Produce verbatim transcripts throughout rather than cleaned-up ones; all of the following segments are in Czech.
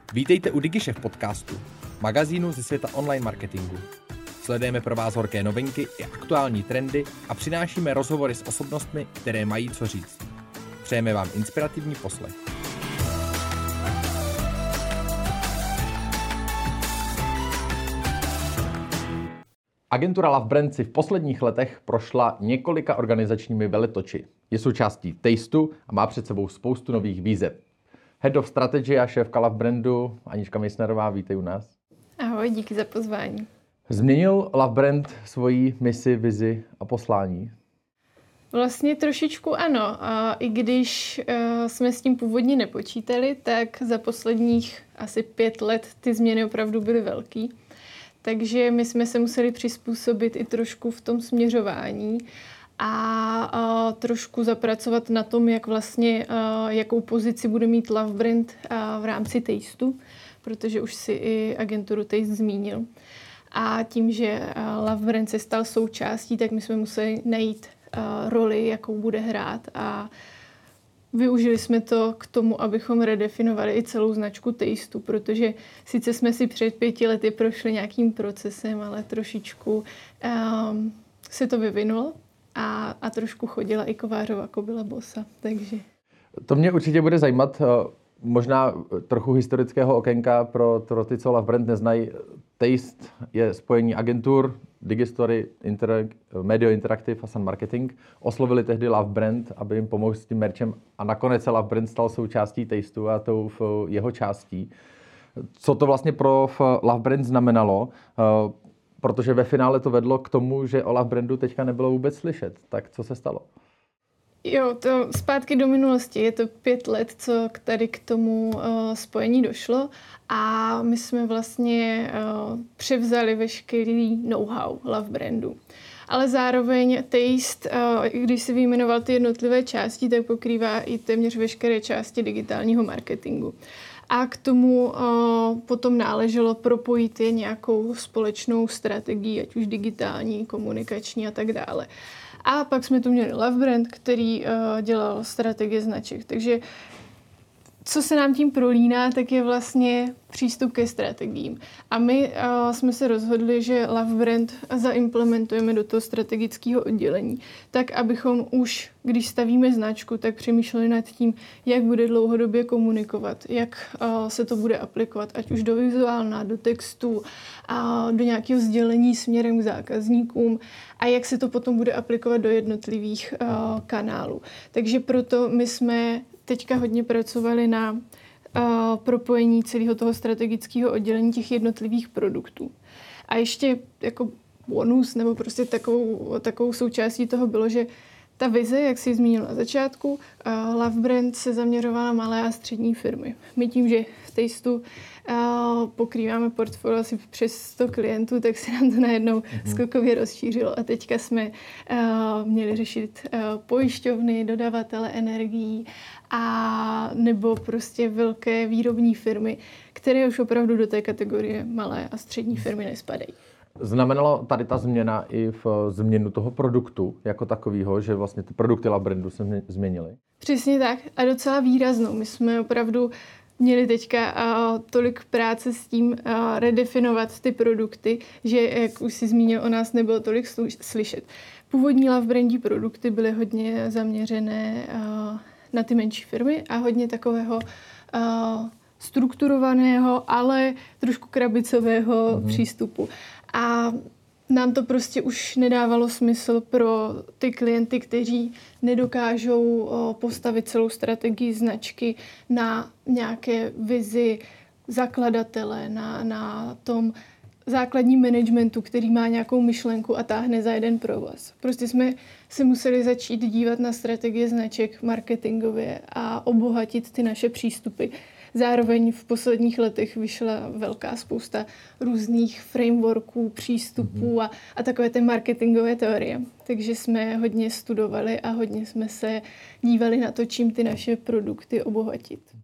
Vítejte u DigiShef podcastu, magazínu ze světa online marketingu. Sledujeme pro vás horké novinky i aktuální trendy a přinášíme rozhovory s osobnostmi, které mají co říct. Přejeme vám inspirativní poslech. Agentura Love Brand si v posledních letech prošla několika organizačními veletoči. Je součástí Tasteu a má před sebou spoustu nových výzev. Head of Strategy a šéfka Love Brandu Anička Meissnerová, vítej u nás. Ahoj, díky za pozvání. Změnil Love Brand svoji misi, vizi a poslání? Vlastně trošičku ano. A i když uh, jsme s tím původně nepočítali, tak za posledních asi pět let ty změny opravdu byly velký. Takže my jsme se museli přizpůsobit i trošku v tom směřování a, a trošku zapracovat na tom, jak vlastně, a, jakou pozici bude mít Love Brand a, v rámci Tasteu, protože už si i agenturu Taste zmínil. A tím, že Love Brand se stal součástí, tak my jsme museli najít a, roli, jakou bude hrát, a využili jsme to k tomu, abychom redefinovali i celou značku Tasteu, protože sice jsme si před pěti lety prošli nějakým procesem, ale trošičku um, se to vyvinulo a, a trošku chodila i kovářová kobila bosa. Takže. To mě určitě bude zajímat. Možná trochu historického okénka pro, pro ty, co Love Brand neznají. Taste je spojení agentur, Digistory, Interact, Medio Interactive a Sun Marketing. Oslovili tehdy Love Brand, aby jim pomohl s tím merchem, a nakonec se Love Brand stal součástí Tasteu a tou jeho částí. Co to vlastně pro Love Brand znamenalo? Protože ve finále to vedlo k tomu, že o Love Brandu teďka nebylo vůbec slyšet. Tak co se stalo? Jo, to zpátky do minulosti. Je to pět let, co tady k tomu uh, spojení došlo, a my jsme vlastně uh, převzali veškerý know-how Love Brandu. Ale zároveň Taste, uh, když si vyjmenoval ty jednotlivé části, tak pokrývá i téměř veškeré části digitálního marketingu. A k tomu uh, potom náleželo propojit je nějakou společnou strategií, ať už digitální, komunikační a tak dále. A pak jsme tu měli Love Brand, který uh, dělal strategie značek. Takže co se nám tím prolíná, tak je vlastně přístup ke strategiím. A my uh, jsme se rozhodli, že Love Brand zaimplementujeme do toho strategického oddělení, tak abychom už, když stavíme značku, tak přemýšleli nad tím, jak bude dlouhodobě komunikovat, jak uh, se to bude aplikovat, ať už do vizuálna, do textu, a do nějakého sdělení směrem k zákazníkům, a jak se to potom bude aplikovat do jednotlivých uh, kanálů. Takže proto my jsme teďka hodně pracovali na uh, propojení celého toho strategického oddělení těch jednotlivých produktů. A ještě jako bonus, nebo prostě takovou, takovou součástí toho bylo, že ta vize, jak jsi zmínil na začátku, uh, Love Brand se zaměřovala na malé a střední firmy. My tím, že v Tasteu uh, pokrýváme portfolio asi přes sto klientů, tak se nám to najednou mm-hmm. skokově rozšířilo. A teďka jsme uh, měli řešit uh, pojišťovny, dodavatele energií, a nebo prostě velké výrobní firmy, které už opravdu do té kategorie malé a střední firmy nespadají. Znamenalo tady ta změna i v změnu toho produktu jako takového, že vlastně ty produkty Love Brandu se změnily? Přesně tak, a docela výraznou. My jsme opravdu měli teďka uh, tolik práce s tím uh, redefinovat ty produkty, že, jak už si zmínil, o nás nebylo tolik slu- slyšet. Původní Love Brandí produkty byly hodně zaměřené uh, na ty menší firmy a hodně takového uh, strukturovaného, ale trošku krabicového mm-hmm. přístupu. A nám to prostě už nedávalo smysl pro ty klienty, kteří nedokážou uh, postavit celou strategii značky na nějaké vizi zakladatele, na, na tom základním managementu, který má nějakou myšlenku a táhne za jeden provoz. Prostě jsme se museli začít dívat na strategie značek marketingově a obohatit ty naše přístupy. Zároveň v posledních letech vyšla velká spousta různých frameworků, přístupů a, a takové ty marketingové teorie. Takže jsme hodně studovali a hodně jsme se dívali na to, čím ty naše produkty obohatit.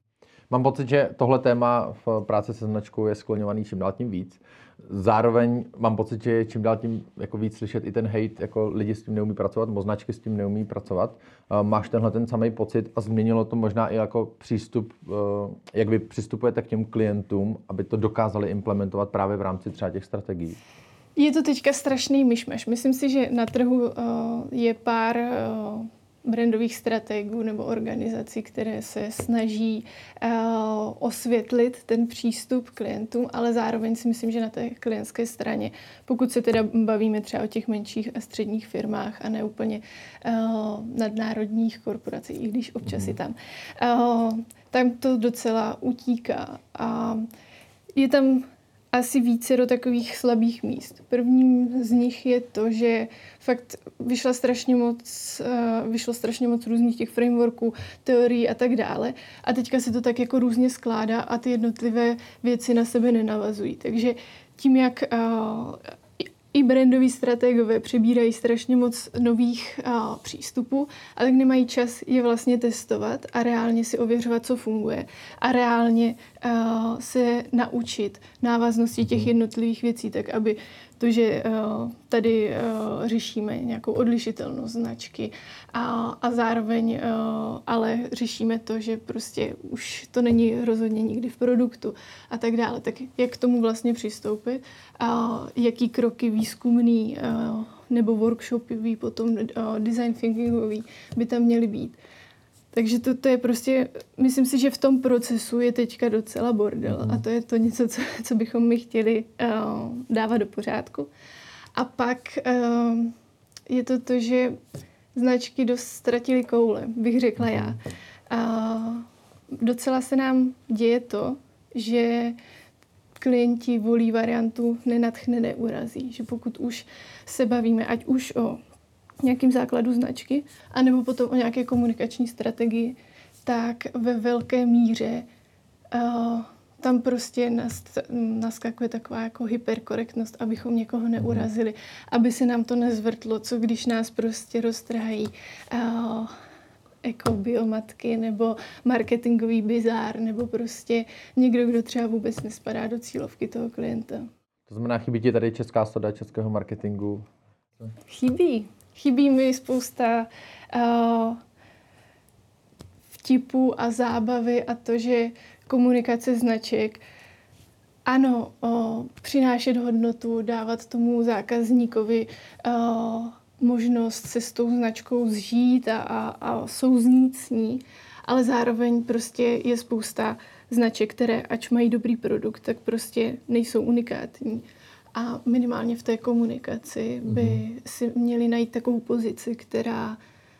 Mám pocit, že tohle téma v práci se značkou je skloňovaný čím dál tím víc. Zároveň mám pocit, že je čím dál tím jako víc slyšet i ten hate, jako lidi s tím neumí pracovat, nebo značky s tím neumí pracovat. Máš tenhle ten samý pocit a změnilo to možná i jako přístup, jak vy přistupujete k těm klientům, aby to dokázali implementovat právě v rámci třeba těch strategií? Je to teďka strašný myšmaš. Myslím si, že na trhu uh, je pár uh, brandových strategů nebo organizací, které se snaží uh, osvětlit ten přístup klientům, ale zároveň si myslím, že na té klientské straně, pokud se teda bavíme třeba o těch menších a středních firmách a ne úplně uh, nadnárodních korporacích, i když občas mm. je tam, uh, tam to docela utíká. A je tam asi více do takových slabých míst. Prvním z nich je to, že fakt vyšla strašně moc, vyšlo strašně moc různých těch frameworků, teorií a tak dále. A teďka se to tak jako různě skládá a ty jednotlivé věci na sebe nenavazují. Takže tím, jak i brandoví strategové přibírají strašně moc nových a, přístupů, a tak nemají čas je vlastně testovat a reálně si ověřovat, co funguje a reálně a, se naučit návaznosti těch jednotlivých věcí, tak aby to, že a, tady a, řešíme nějakou odlišitelnost značky a, a zároveň a, ale řešíme to, že prostě už to není rozhodně nikdy v produktu a tak dále. Tak jak k tomu vlastně přistoupit a jaký kroky výzkumný a, nebo workshopový, potom a, design thinkingový by tam měly být. Takže to, to je prostě, myslím si, že v tom procesu je teďka docela bordel mm. a to je to něco, co, co bychom my chtěli uh, dávat do pořádku. A pak uh, je to to, že značky dost ztratily koule, bych řekla já. A docela se nám děje to, že klienti volí variantu nenadchne, neurazí. Že pokud už se bavíme, ať už o nějakým základu značky, anebo potom o nějaké komunikační strategii, tak ve velké míře uh, tam prostě nast, naskakuje taková jako hyperkorektnost, abychom někoho neurazili, aby se nám to nezvrtlo, co když nás prostě roztrhají uh, jako biomatky nebo marketingový bizár, nebo prostě někdo, kdo třeba vůbec nespadá do cílovky toho klienta. To znamená, chybí ti tady česká soda českého marketingu? Chybí. Chybí mi spousta uh, vtipů a zábavy a to, že komunikace značek, ano, uh, přinášet hodnotu, dávat tomu zákazníkovi uh, možnost se s tou značkou zžít a, a, a souznít s ní, ale zároveň prostě je spousta značek, které ač mají dobrý produkt, tak prostě nejsou unikátní. A minimálně v té komunikaci by mm-hmm. si měli najít takovou pozici, která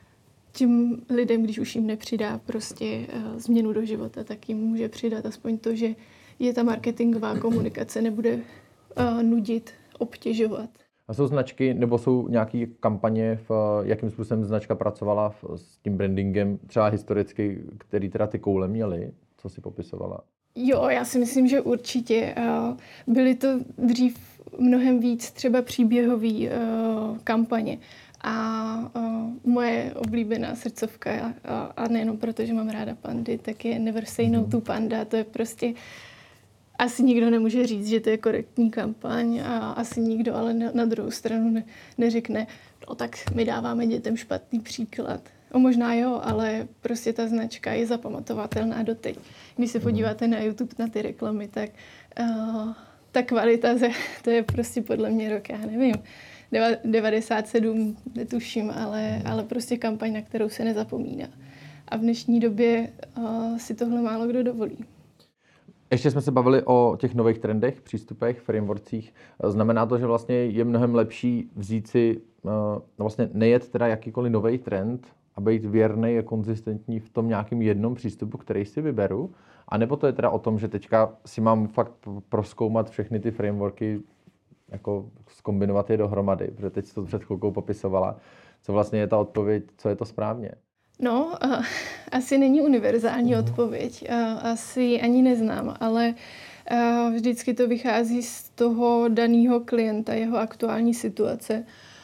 těm lidem, když už jim nepřidá prostě uh, změnu do života, tak jim může přidat aspoň to, že je ta marketingová komunikace nebude uh, nudit, obtěžovat. A jsou značky, nebo jsou nějaké kampaně, v jakým způsobem značka pracovala v, s tím brandingem, třeba historicky, který teda ty koule měly, co si popisovala? Jo, já si myslím, že určitě. Uh, byly to dřív mnohem víc třeba příběhové uh, kampaně. A uh, moje oblíbená srdcovka, uh, a nejenom proto, že mám ráda pandy, tak je Never Say No to Panda. To je prostě, asi nikdo nemůže říct, že to je korektní kampaň a asi nikdo ale na, na druhou stranu ne, neřekne, no tak my dáváme dětem špatný příklad. O možná jo, ale prostě ta značka je zapamatovatelná doteď. Když se podíváte na YouTube na ty reklamy, tak uh, ta kvalita, to je prostě podle mě rok, já nevím, devadesát sedm, netuším, ale, ale prostě kampaň, na kterou se nezapomíná. A v dnešní době uh, si tohle málo kdo dovolí. Ještě jsme se bavili o těch nových trendech, přístupech, frameworkcích. Znamená to, že vlastně je mnohem lepší vzít si, uh, vlastně nejet teda jakýkoliv nový trend a být věrný a konzistentní v tom nějakým jednom přístupu, který si vyberu. A nebo to je teda o tom, že teďka si mám fakt prozkoumat všechny ty frameworky, jako zkombinovat je dohromady, protože teď jsi to před chvilkou popisovala. Co vlastně je ta odpověď, co je to správně? No, uh, asi není univerzální uh-huh. odpověď. Uh, asi ji ani neznám, ale uh, vždycky to vychází z toho daného klienta, jeho aktuální situace,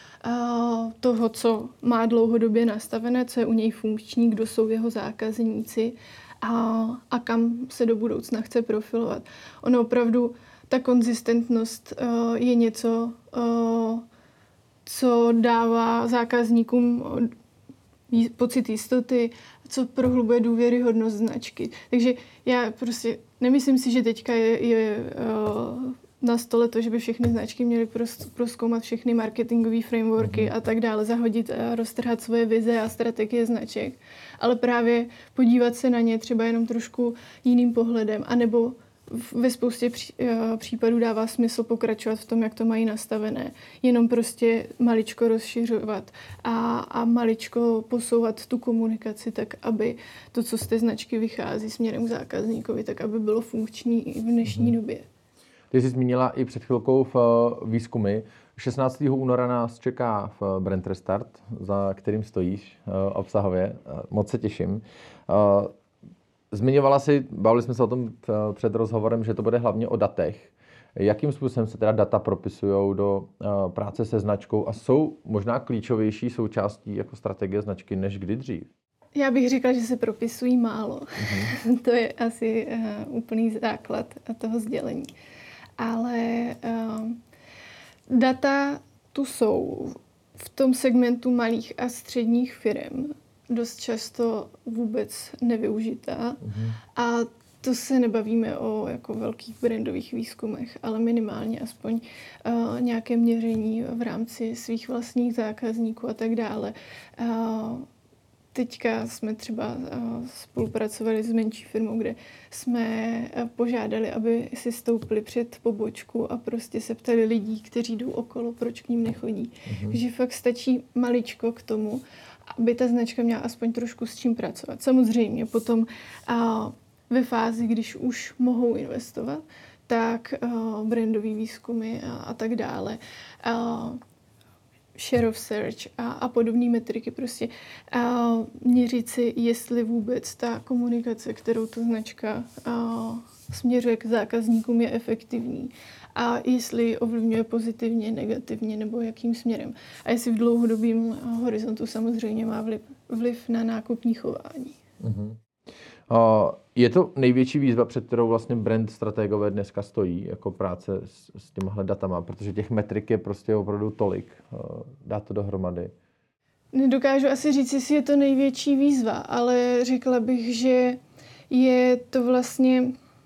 uh, toho, co má dlouhodobě nastavené, co je u něj funkční, kdo jsou jeho zákazníci a, a kam se do budoucna chce profilovat. Ono opravdu, ta konzistentnost uh, je něco, uh, co dává zákazníkům pocit jistoty, co prohlubuje důvěryhodnost značky. Takže já prostě nemyslím si, že teďka je, je uh, na stole to, že by všechny značky měly prozkoumat všechny marketingové frameworky a tak dále, zahodit a roztrhat svoje vize a strategie značek, ale právě podívat se na ně třeba jenom trošku jiným pohledem, anebo ve spoustě pří, případů dává smysl pokračovat v tom, jak to mají nastavené. Jenom prostě maličko rozšiřovat a, a maličko posouvat tu komunikaci tak, aby to, co z té značky vychází směrem k zákazníkovi, tak aby bylo funkční i v dnešní době. Ty jsi zmínila i před chvilkou v výzkumy. šestnáctého února nás čeká v Brand Restart, za kterým stojíš obsahově. Moc se těším. Zmiňovala si, bavili jsme se o tom před rozhovorem, že to bude hlavně o datech. Jakým způsobem se teda data propisují do práce se značkou a jsou možná klíčovější součástí jako strategie značky než kdy dřív? Já bych řekla, že se propisují málo. Mm-hmm. To je asi uh, úplný základ toho sdělení. Ale uh, data tu jsou v tom segmentu malých a středních firm dost často vůbec nevyužitá. Mm-hmm. A to se nebavíme o jako velkých brandových výzkumech, ale minimálně aspoň uh, nějaké měření v rámci svých vlastních zákazníků a tak dále. Uh, Teďka jsme třeba uh, spolupracovali s menší firmou, kde jsme uh, požádali, aby si stoupili před pobočku a prostě se ptali lidí, kteří jdou okolo, proč k ním nechodí. Mm-hmm. Že fakt stačí maličko k tomu, aby ta značka měla aspoň trošku s čím pracovat. Samozřejmě potom uh, ve fázi, když už mohou investovat, tak uh, brandový výzkumy a, a tak dále. Uh, share of search a, a podobné metriky prostě a měřit si, jestli vůbec ta komunikace, kterou ta značka a, směřuje k zákazníkům, je efektivní a jestli ovlivňuje pozitivně, negativně nebo jakým směrem. A jestli v dlouhodobém horizontu samozřejmě má vliv, vliv na nákupní chování. Mm-hmm. Je to největší výzva, před kterou vlastně brand strategové dneska stojí, jako práce s, s těmihle datama, protože těch metrik je prostě opravdu tolik. Dát to dohromady. Nedokážu asi říct, jestli je to největší výzva, ale řekla bych, že je to vlastně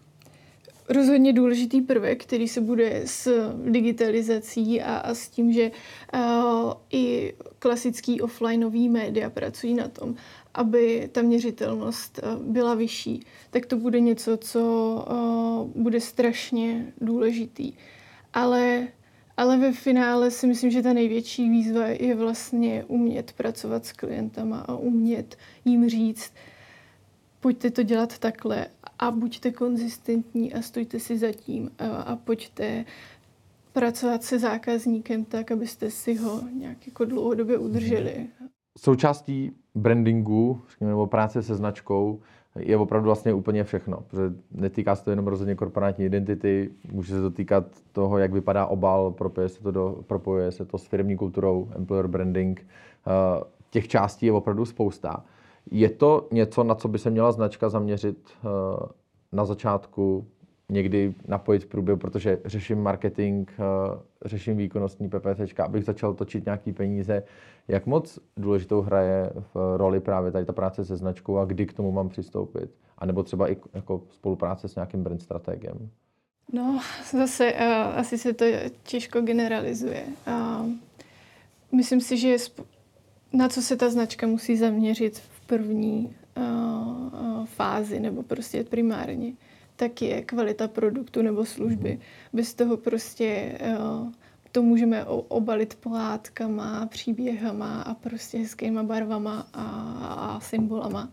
rozhodně důležitý prvek, který se bude s digitalizací a, a s tím, že uh, i klasický offlineový média pracují na tom, aby ta měřitelnost uh, byla vyšší, tak to bude něco, co uh, bude strašně důležitý. Ale, ale ve finále si myslím, že ta největší výzva je vlastně umět pracovat s klientama a umět jim říct, pojďte to dělat takhle a buďte konzistentní a stojte si za tím a, a pojďte pracovat se zákazníkem tak, abyste si ho nějak jako dlouhodobě udrželi. Součástí brandingu, nebo práce se značkou je opravdu vlastně úplně všechno, protože netýká se to jenom rozhodně korporátní identity, může se to týkat toho, jak vypadá obal, propojuje se to, do, propojuje se to s firmní kulturou, employer branding, těch částí je opravdu spousta. Je to něco, na co by se měla značka zaměřit uh, na začátku, někdy napojit v průběhu, protože řeším marketing, uh, řeším výkonnostní PPCčka, abych začal točit nějaký peníze. Jak moc důležitou hraje v roli právě tady ta práce se značkou a kdy k tomu mám přistoupit? A nebo třeba i jako spolupráce s nějakým brand strategem? No, zase uh, asi se to těžko generalizuje. Uh, myslím si, že sp- na co se ta značka musí zaměřit v první uh, uh, fázi nebo prostě primárně, tak je kvalita produktu nebo služby. Bez toho prostě uh, to můžeme obalit pohádkama, příběhama a prostě hezkýma barvama a, a symbolama,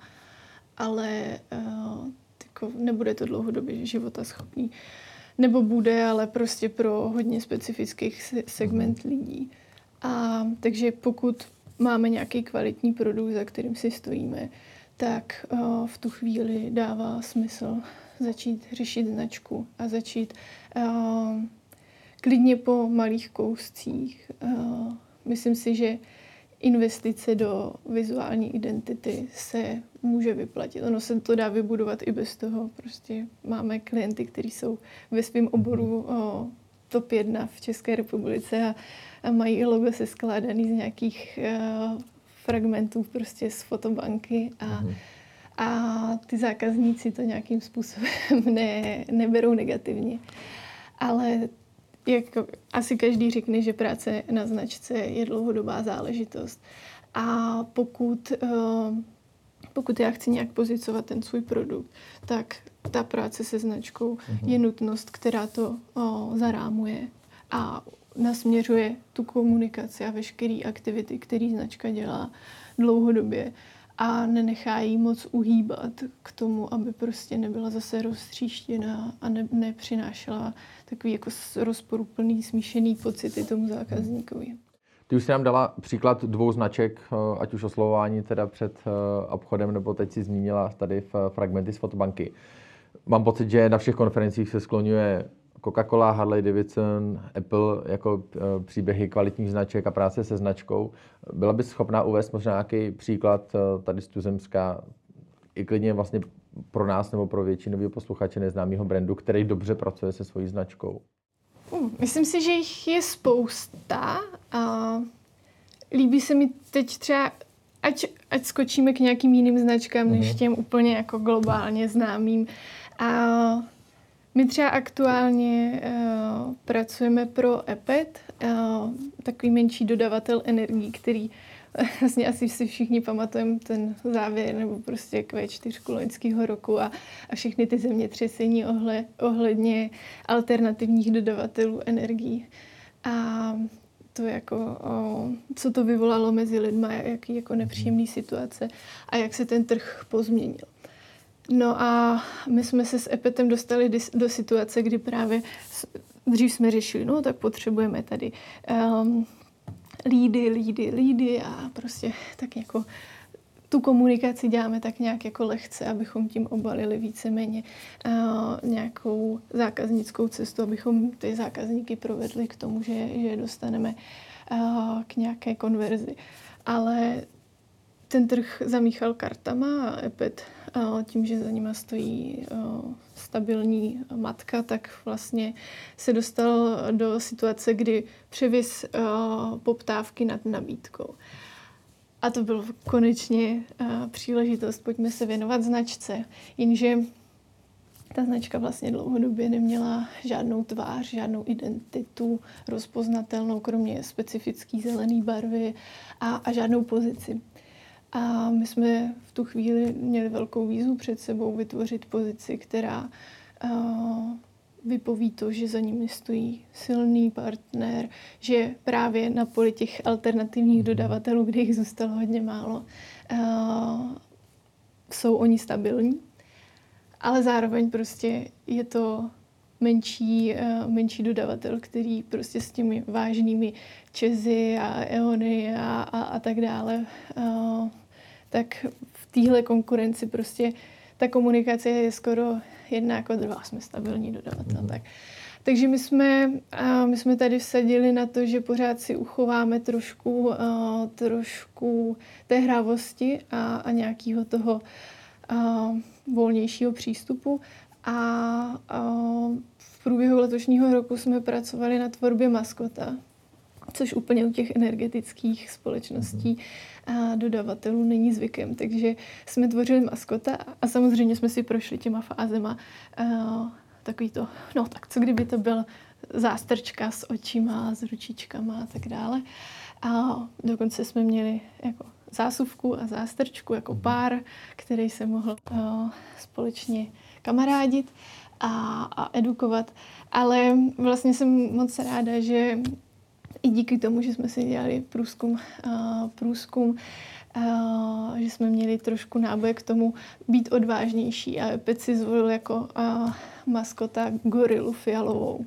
ale uh, jako nebude to dlouhodobě životaschopný. Nebo bude, ale prostě pro hodně specifických segment lidí. A takže pokud máme nějaký kvalitní produkt, za kterým si stojíme, tak uh, v tu chvíli dává smysl začít řešit značku a začít uh, klidně po malých kouscích. Uh, myslím si, že investice do vizuální identity se může vyplatit. Ono se to dá vybudovat i bez toho. Prostě máme klienty, kteří jsou ve svém oboru o, top jedna v České republice a, a mají logo se skládaný z nějakých uh, fragmentů prostě z fotobanky a, mm. a ty zákazníci to nějakým způsobem ne, neberou negativně. Ale jak asi každý řekne, že práce na značce je dlouhodobá záležitost. A pokud, pokud já chci nějak pozicovat ten svůj produkt, tak ta práce se značkou uh-huh. je nutnost, která to o, zarámuje a nasměřuje tu komunikaci a veškeré aktivity, které značka dělá dlouhodobě a nenechá jí moc uhýbat k tomu, aby prostě nebyla zase roztříštěná a ne, nepřinášela takový jako rozporuplný, smíšený pocity tomu zákazníkovi. Ty už jsi nám dala příklad dvou značek, ať už oslovování teda před obchodem, nebo teď si zmínila tady v fragmenty z fotobanky. Mám pocit, že na všech konferencích se skloňuje Coca-Cola, Harley Davidson, Apple jako příběhy kvalitních značek a práce se značkou. Byla bys schopná uvést možná nějaký příklad tady z Tuzemska, i klidně vlastně pro nás nebo pro většinového posluchače neznámého brandu, který dobře pracuje se svojí značkou? Uh, myslím si, že jich je spousta. A líbí se mi teď třeba, ať, ať skočíme k nějakým jiným značkám, mm-hmm. než těm úplně jako globálně známým. A my třeba aktuálně uh, pracujeme pro Epet, uh, takový menší dodavatel energií, který uh, vlastně asi si všichni pamatujeme ten závěr nebo prostě kvé čtyři loňského roku a, a všechny ty zemětřesení ohle, ohledně alternativních dodavatelů energií. A to jako, o, co to vyvolalo mezi lidma, jaký jako nepříjemný situace a jak se ten trh pozměnil. No a my jsme se s Epetem dostali do situace, kdy právě dřív jsme řešili, no tak potřebujeme tady um, lídy, lídy, lídy a prostě tak jako tu komunikaci děláme tak nějak jako lehce, abychom tím obalili víceméně uh, nějakou zákaznickou cestu, abychom ty zákazníky provedli k tomu, že, že je dostaneme uh, k nějaké konverzi. Ale ten trh zamíchal kartama a Epet tím, že za nima stojí stabilní matka, tak vlastně se dostal do situace, kdy převis poptávky nad nabídkou. A to bylo konečně příležitost, pojďme se věnovat značce. Jenže ta značka vlastně dlouhodobě neměla žádnou tvář, žádnou identitu rozpoznatelnou, kromě specifické zelené barvy a, a žádnou pozici. A my jsme v tu chvíli měli velkou výzvu před sebou vytvořit pozici, která uh, vypoví to, že za nimi stojí silný partner, že právě na poli těch alternativních dodavatelů, kde jich zůstalo hodně málo, uh, jsou oni stabilní. Ale zároveň prostě je to menší, uh, menší dodavatel, který prostě s těmi vážnými Čezy a Eony a, a, a tak dále, uh, tak v téhle konkurenci prostě ta komunikace je skoro jedna jako druhá, jsme stabilní dodavatel. Mm. Tak. Takže my jsme, uh, my jsme tady vsadili na to, že pořád si uchováme trošku, uh, trošku té hrávosti a, a nějakého toho uh, volnějšího přístupu. A uh, v průběhu letošního roku jsme pracovali na tvorbě maskota, což úplně u těch energetických společností a dodavatelů není zvykem. Takže jsme tvořili maskota a samozřejmě jsme si prošli těma fázema uh, takový to, no tak co kdyby to byl zástrčka s očima, s ručičkama a tak dále. A dokonce jsme měli jako zásuvku a zástrčku jako pár, který se mohl uh, společně kamarádit a, a edukovat. Ale vlastně jsem moc ráda, že i díky tomu, že jsme si dělali průzkum, uh, průzkum uh, že jsme měli trošku náboje k tomu být odvážnější a Epet si zvolil jako uh, maskota gorilu fialovou,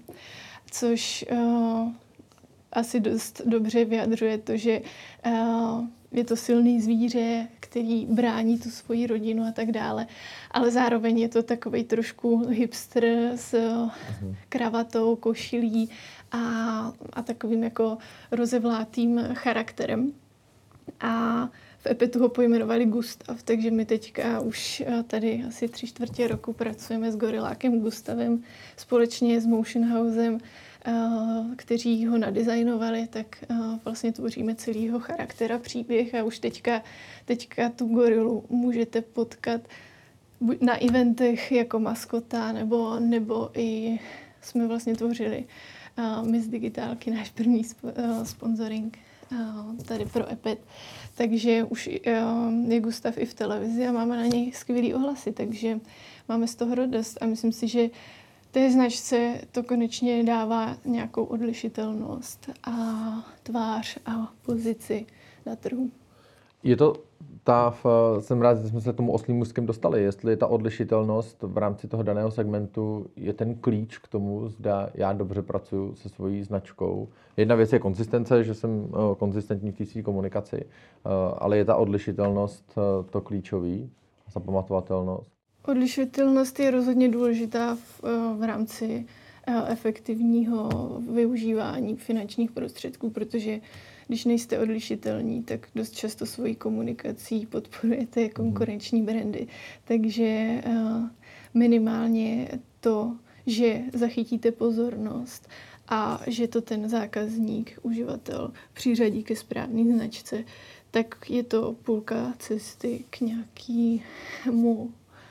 což uh, asi dost dobře vyjadřuje to, že uh, je to silný zvíře, který brání tu svoji rodinu a tak dále, ale zároveň je to takovej trošku hipster s uh, kravatou, košilí a, a takovým jako rozevlátým charakterem. A v Epitu ho pojmenovali Gustav, takže my teďka už tady asi tři čtvrtě roku pracujeme s gorilákem Gustavem společně s Motion Housem, kteří ho nadizajnovali, tak vlastně tvoříme celý jeho charakter a příběh a už teďka, teďka tu gorilu můžete potkat buď na eventech jako maskota, nebo, nebo i jsme vlastně tvořili Miss Digitálky, náš první sponsoring tady pro Epit. Takže už je Gustav i v televizi a máme na něj skvělý ohlasy, takže máme z toho radost a myslím si, že té značce to konečně dává nějakou odlišitelnost a tvář a pozici na trhu. Je to ta, jsem rád, že jsme se tomu oslím můstkem dostali, jestli ta odlišitelnost v rámci toho daného segmentu je ten klíč k tomu, zda já dobře pracuji se svojí značkou. Jedna věc je konzistence, že jsem konzistentní v té své komunikaci, ale je ta odlišitelnost to klíčový, zapamatovatelnost. Odlišitelnost je rozhodně důležitá v, v rámci efektivního využívání finančních prostředků, protože když nejste odlišitelní, tak dost často svojí komunikací podporujete konkurenční brandy. Takže minimálně to, že zachytíte pozornost a že to ten zákazník, uživatel přiřadí ke správné značce, tak je to půlka cesty k nějakému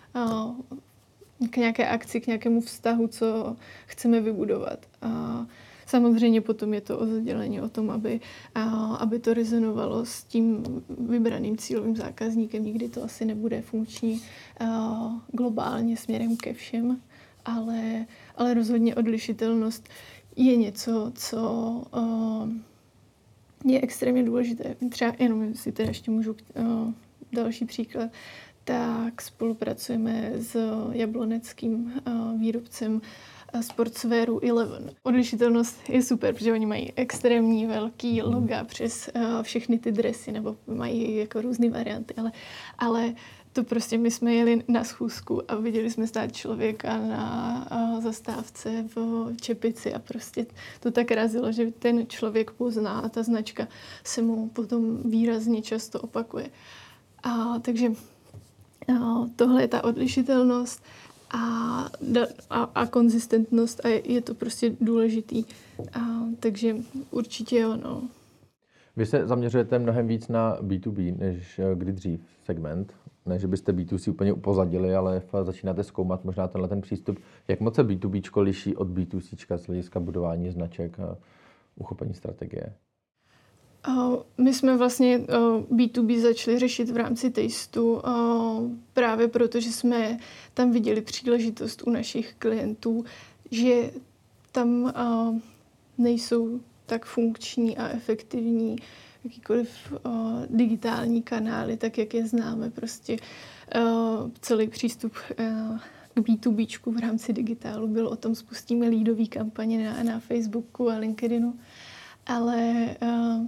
k nějaké akci, k nějakému vztahu, co chceme vybudovat. A samozřejmě potom je to o zadělení, o tom, aby, aby to rezonovalo s tím vybraným cílovým zákazníkem. Nikdy to asi nebude funkční globálně směrem ke všem, ale, ale rozhodně odlišitelnost je něco, co je extrémně důležité. Třeba jenom si teda ještě můžu další příklad, tak spolupracujeme s jabloneckým výrobcem sportswearu Eleven. Odlišitelnost je super, protože oni mají extrémní velký loga přes všechny ty dresy, nebo mají jako různé varianty, ale, ale to prostě my jsme jeli na schůzku a viděli jsme stát člověka na zastávce v čepici a prostě to tak razilo, že ten člověk pozná a ta značka se mu potom výrazně často opakuje. A, takže a, tohle je ta odlišitelnost a, a, a konzistentnost a je, je to prostě důležitý. A, takže určitě jo, no. Vy se zaměřujete mnohem víc na bé dvě bé, než kdy dřív segment. Ne, že byste bé dvě cé úplně upozadili, ale začínáte zkoumat možná tenhle ten přístup. Jak moc se bé dvě béčko liší od bé dvě cé z hlediska budování značek a uchopení strategie? My jsme vlastně bé dvě bé začali řešit v rámci Tasteu právě proto, že jsme tam viděli příležitost u našich klientů, že tam nejsou tak funkční a efektivní jakýkoliv uh, digitální kanály, tak jak je známe. Prostě uh, celý přístup uh, k bé dvě béčku v rámci digitálu byl o tom, spustíme leadové kampaně na, na Facebooku a LinkedInu. Ale uh,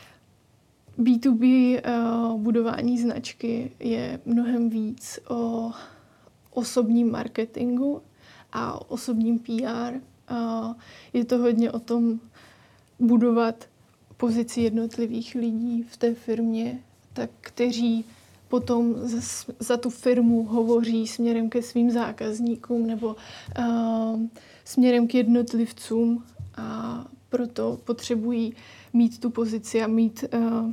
bé dvě bé uh, budování značky je mnohem víc o osobním marketingu a osobním P R. Uh, je to hodně o tom budovat pozici jednotlivých lidí v té firmě, tak kteří potom za, za tu firmu hovoří směrem ke svým zákazníkům nebo uh, směrem k jednotlivcům a proto potřebují mít tu pozici a mít uh,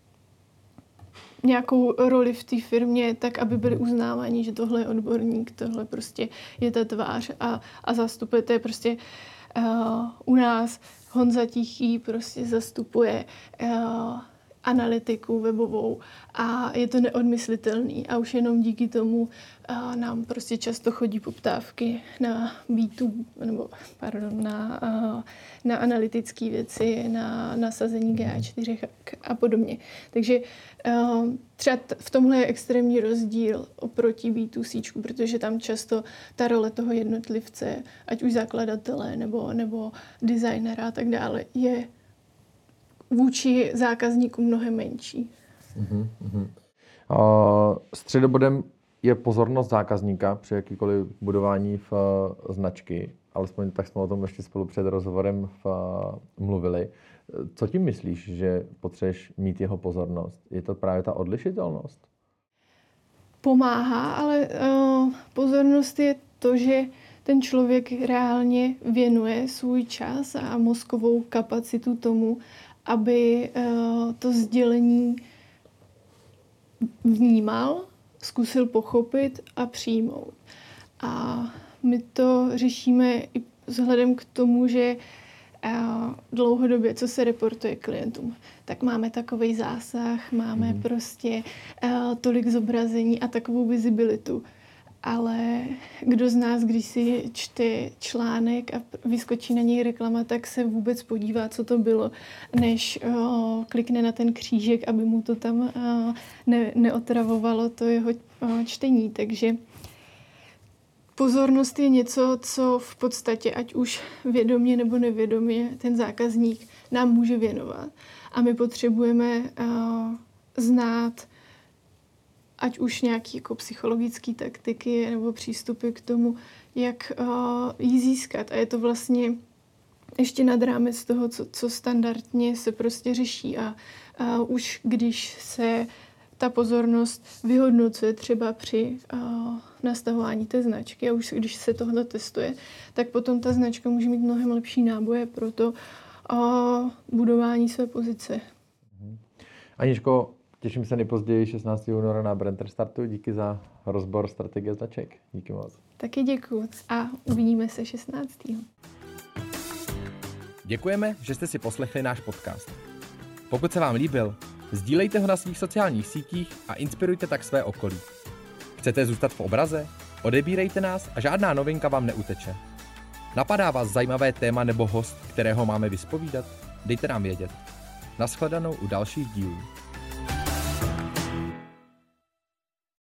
nějakou roli v té firmě, tak aby byli uznáváni, že tohle je odborník, tohle prostě je ta tvář a, a zastupujete prostě uh, u nás Honza Tichý prostě zastupuje uh, analytiku webovou a je to neodmyslitelný a už jenom díky tomu uh, nám prostě často chodí poptávky na bé dvě, nebo pardon, na, uh, na analytické věci, na nasazení G A čtyři a podobně. Takže uh, třeba t- v tomhle je extrémní rozdíl oproti bé dvě cé, protože tam často ta role toho jednotlivce, ať už zakladatele nebo, nebo designera a tak dále, je vůči zákazníkům mnohem menší. Uh-huh, uh-huh. Uh, středobodem je pozornost zákazníka při jakýkoliv budování v uh, značky. Alespoň tak jsme o tom ještě spolu před rozhovorem v, uh, mluvili. Co tím myslíš, že potřebuješ mít jeho pozornost? Je to právě ta odlišitelnost? Pomáhá, ale uh, pozornost je to, že ten člověk reálně věnuje svůj čas a mozkovou kapacitu tomu, aby uh, to sdělení vnímal, zkusil pochopit a přijmout. A my to řešíme i vzhledem k tomu, že uh, dlouhodobě, co se reportuje klientům, tak máme takovej zásah, máme mm. prostě uh, tolik zobrazení a takovou visibilitu. Ale kdo z nás, když si čte článek a vyskočí na něj reklama, tak se vůbec podívá, co to bylo, než uh, klikne na ten křížek, aby mu to tam uh, ne, neotravovalo to jeho uh, čtení. Takže pozornost je něco, co v podstatě, ať už vědomě nebo nevědomě, ten zákazník nám může věnovat. A my potřebujeme uh, znát ať už nějaké jako psychologické taktiky nebo přístupy k tomu, jak uh, ji získat. A je to vlastně ještě nad rámec toho, co, co standardně se prostě řeší. A uh, už když se ta pozornost vyhodnocuje třeba při uh, nastavování té značky a už když se tohle testuje, tak potom ta značka může mít mnohem lepší náboje pro to uh, budování své pozice. Aničko, těším se nejpozději šestnáctého února na Brand Startu. Díky za rozbor strategie značek. Díky moc. Taky děkuju a uvidíme se šestnáctého Děkujeme, že jste si poslechli náš podcast. Pokud se vám líbil, sdílejte ho na svých sociálních sítích a inspirujte tak své okolí. Chcete zůstat v obraze? Odebírejte nás a žádná novinka vám neuteče. Napadá vás zajímavé téma nebo host, kterého máme vyspovídat? Dejte nám vědět. Nashledanou u dalších dílů.